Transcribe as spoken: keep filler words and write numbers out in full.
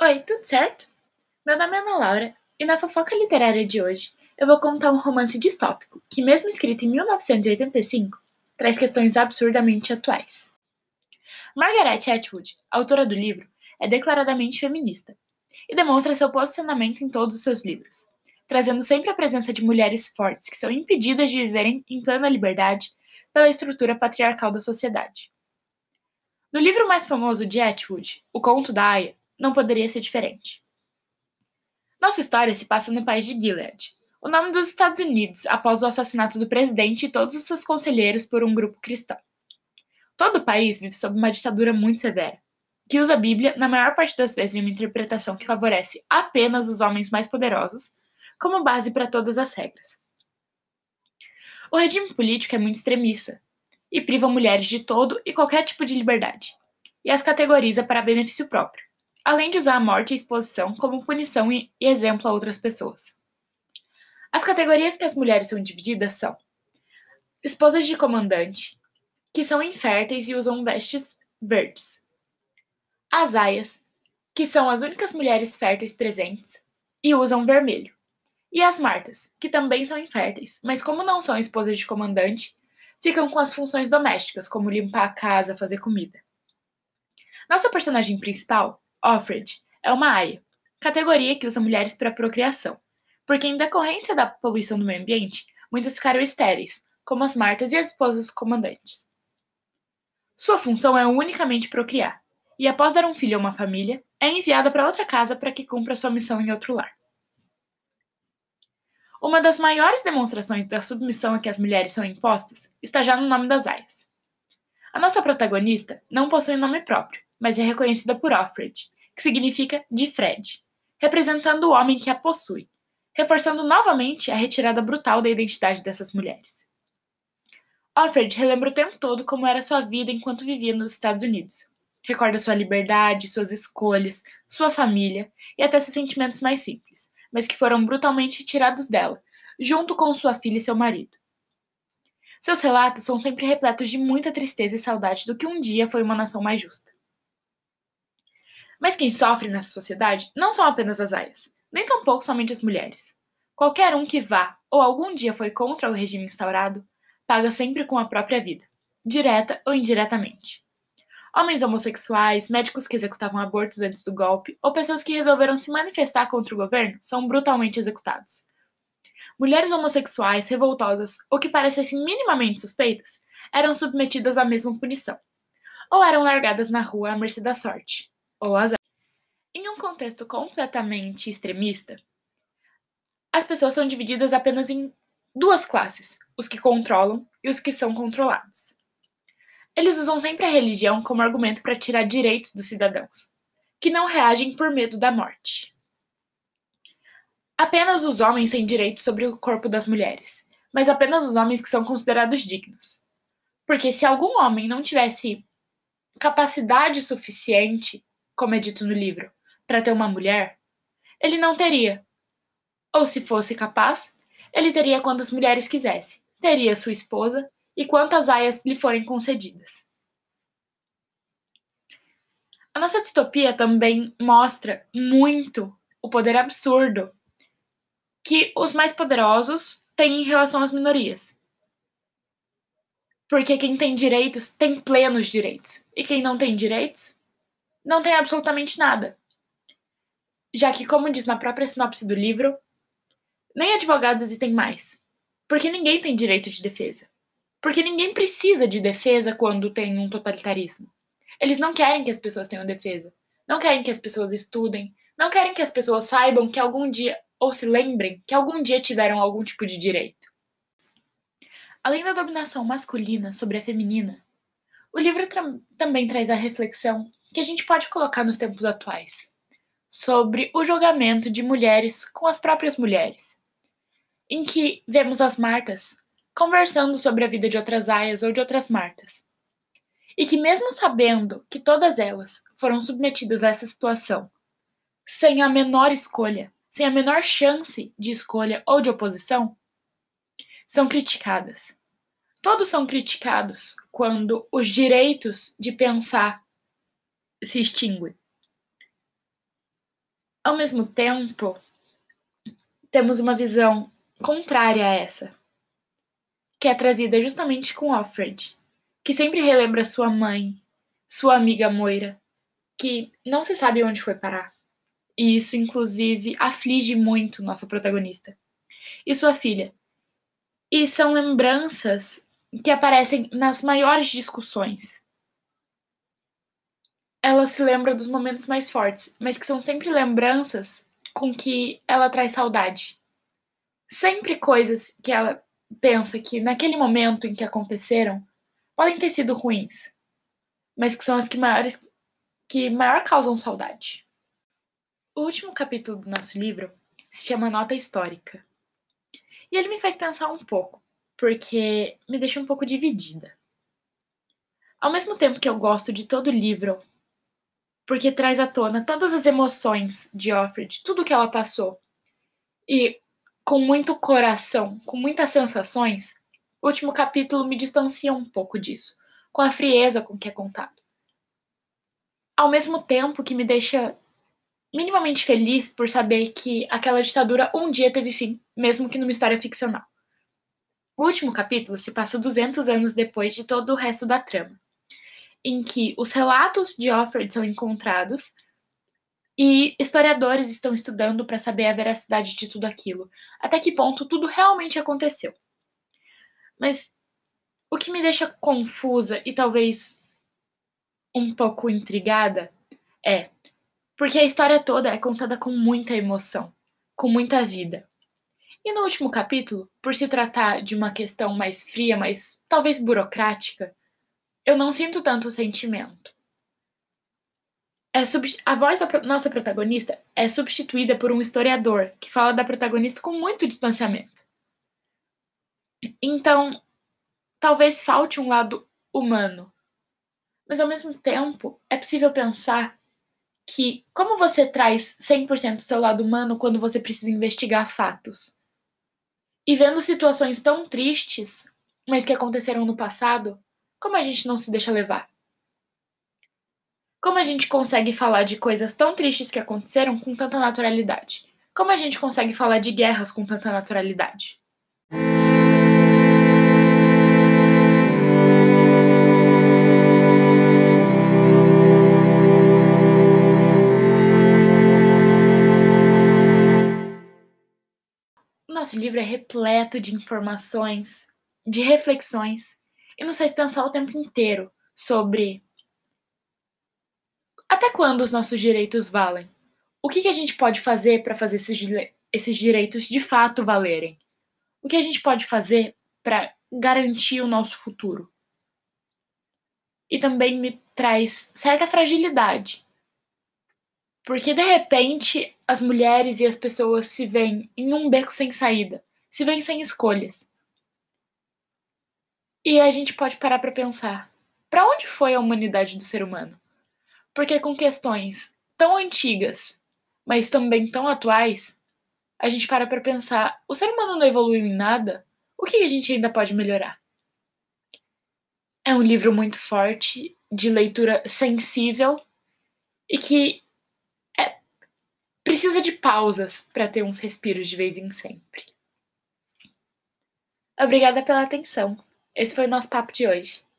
Oi, tudo certo? Meu nome é Ana Laura e na fofoca literária de hoje eu vou contar um romance distópico que, mesmo escrito em mil novecentos e oitenta e cinco, traz questões absurdamente atuais. Margaret Atwood, autora do livro, é declaradamente feminista e demonstra seu posicionamento em todos os seus livros, trazendo sempre a presença de mulheres fortes que são impedidas de viverem em plena liberdade pela estrutura patriarcal da sociedade. No livro mais famoso de Atwood, O Conto da Aia, não poderia ser diferente. Nossa história se passa no país de Gilead, o nome dos Estados Unidos após o assassinato do presidente e todos os seus conselheiros por um grupo cristão. Todo o país vive sob uma ditadura muito severa, que usa a Bíblia, na maior parte das vezes, em uma interpretação que favorece apenas os homens mais poderosos, como base para todas as regras. O regime político é muito extremista e priva mulheres de todo e qualquer tipo de liberdade, e as categoriza para benefício próprio, além de usar a morte e a exposição como punição e exemplo a outras pessoas. As categorias que as mulheres são divididas são: esposas de comandante, que são inférteis e usam vestes verdes; as aias, que são as únicas mulheres férteis presentes e usam vermelho; e as martas, que também são inférteis, mas como não são esposas de comandante, ficam com as funções domésticas, como limpar a casa, fazer comida. Nossa personagem principal, Offred, é uma aia, categoria que usa mulheres para procriação, porque em decorrência da poluição do meio ambiente, muitas ficaram estéreis, como as martas e as esposas dos comandantes. Sua função é unicamente procriar, e após dar um filho a uma família, é enviada para outra casa para que cumpra sua missão em outro lar. Uma das maiores demonstrações da submissão a que as mulheres são impostas está já no nome das aias. A nossa protagonista não possui nome próprio, mas é reconhecida por Offred, que significa de Fred, representando o homem que a possui, reforçando novamente a retirada brutal da identidade dessas mulheres. Offred relembra o tempo todo como era sua vida enquanto vivia nos Estados Unidos. Recorda sua liberdade, suas escolhas, sua família e até seus sentimentos mais simples, mas que foram brutalmente tirados dela, junto com sua filha e seu marido. Seus relatos são sempre repletos de muita tristeza e saudade do que um dia foi uma nação mais justa. Mas quem sofre nessa sociedade não são apenas as aias, nem tampouco somente as mulheres. Qualquer um que vá ou algum dia foi contra o regime instaurado, paga sempre com a própria vida, direta ou indiretamente. Homens homossexuais, médicos que executavam abortos antes do golpe ou pessoas que resolveram se manifestar contra o governo são brutalmente executados. Mulheres homossexuais, revoltosas ou que parecessem minimamente suspeitas eram submetidas à mesma punição, ou eram largadas na rua à mercê da sorte, ou azar. Em um contexto completamente extremista, as pessoas são divididas apenas em duas classes: os que controlam e os que são controlados. Eles usam sempre a religião como argumento para tirar direitos dos cidadãos, que não reagem por medo da morte. Apenas os homens têm direitos sobre o corpo das mulheres, mas apenas os homens que são considerados dignos. Porque se algum homem não tivesse capacidade suficiente, como é dito no livro, para ter uma mulher, ele não teria. Ou se fosse capaz, ele teria quantas mulheres quisesse, teria sua esposa e quantas aias lhe forem concedidas. A nossa distopia também mostra muito o poder absurdo que os mais poderosos têm em relação às minorias. Porque quem tem direitos tem plenos direitos, e quem não tem direitos não tem absolutamente nada. Já que, como diz na própria sinopse do livro, nem advogados existem mais, porque ninguém tem direito de defesa. Porque ninguém precisa de defesa quando tem um totalitarismo. Eles não querem que as pessoas tenham defesa, não querem que as pessoas estudem, não querem que as pessoas saibam que algum dia, ou se lembrem, que algum dia tiveram algum tipo de direito. Além da dominação masculina sobre a feminina, o livro tra- também traz a reflexão que a gente pode colocar nos tempos atuais, sobre o julgamento de mulheres com as próprias mulheres, em que vemos as Martas conversando sobre a vida de outras aias ou de outras Martas, e que mesmo sabendo que todas elas foram submetidas a essa situação, sem a menor escolha, sem a menor chance de escolha ou de oposição, são criticadas. Todos são criticados quando os direitos de pensar se extinguem. Ao mesmo tempo, temos uma visão contrária a essa, que é trazida justamente com Offred, que sempre relembra sua mãe, sua amiga Moira, que não se sabe onde foi parar. E isso, inclusive, aflige muito nossa protagonista. E sua filha. E são lembranças que aparecem nas maiores discussões. Ela se lembra dos momentos mais fortes, mas que são sempre lembranças com que ela traz saudade. Sempre coisas que ela pensa que naquele momento em que aconteceram podem ter sido ruins, mas que são as que maiores que maior causam saudade. O último capítulo do nosso livro se chama Nota Histórica. E ele me faz pensar um pouco, porque me deixa um pouco dividida. Ao mesmo tempo que eu gosto de todo o livro, porque traz à tona todas as emoções de Offred, tudo que ela passou, e com muito coração, com muitas sensações, o último capítulo me distancia um pouco disso, com a frieza com que é contado. Ao mesmo tempo que me deixa minimamente feliz por saber que aquela ditadura um dia teve fim, mesmo que numa história ficcional. O último capítulo se passa duzentos anos depois de todo o resto da trama, em que os relatos de Offred são encontrados e historiadores estão estudando para saber a veracidade de tudo aquilo, até que ponto tudo realmente aconteceu. Mas o que me deixa confusa e talvez um pouco intrigada é porque a história toda é contada com muita emoção, com muita vida. E no último capítulo, por se tratar de uma questão mais fria, mas talvez burocrática, eu não sinto tanto sentimento. É sub... A voz da pro... nossa protagonista é substituída por um historiador que fala da protagonista com muito distanciamento. Então, talvez falte um lado humano. Mas ao mesmo tempo, é possível pensar que como você traz cem por cento do seu lado humano quando você precisa investigar fatos? E vendo situações tão tristes, mas que aconteceram no passado, como a gente não se deixa levar? Como a gente consegue falar de coisas tão tristes que aconteceram com tanta naturalidade? Como a gente consegue falar de guerras com tanta naturalidade? O nosso livro é repleto de informações, de reflexões, e nos faz pensar o tempo inteiro sobre até quando os nossos direitos valem? O que, que a gente pode fazer para fazer esses, esses direitos de fato valerem? O que a gente pode fazer para garantir o nosso futuro? E também me traz certa fragilidade. Porque de repente as mulheres e as pessoas se veem em um beco sem saída, se veem sem escolhas. E a gente pode parar para pensar: para onde foi a humanidade do ser humano? Porque com questões tão antigas, mas também tão atuais, a gente para para pensar: o ser humano não evoluiu em nada? O que a gente ainda pode melhorar? É um livro muito forte, de leitura sensível e que é, precisa de pausas para ter uns respiros de vez em sempre. Obrigada pela atenção. Esse foi o nosso papo de hoje.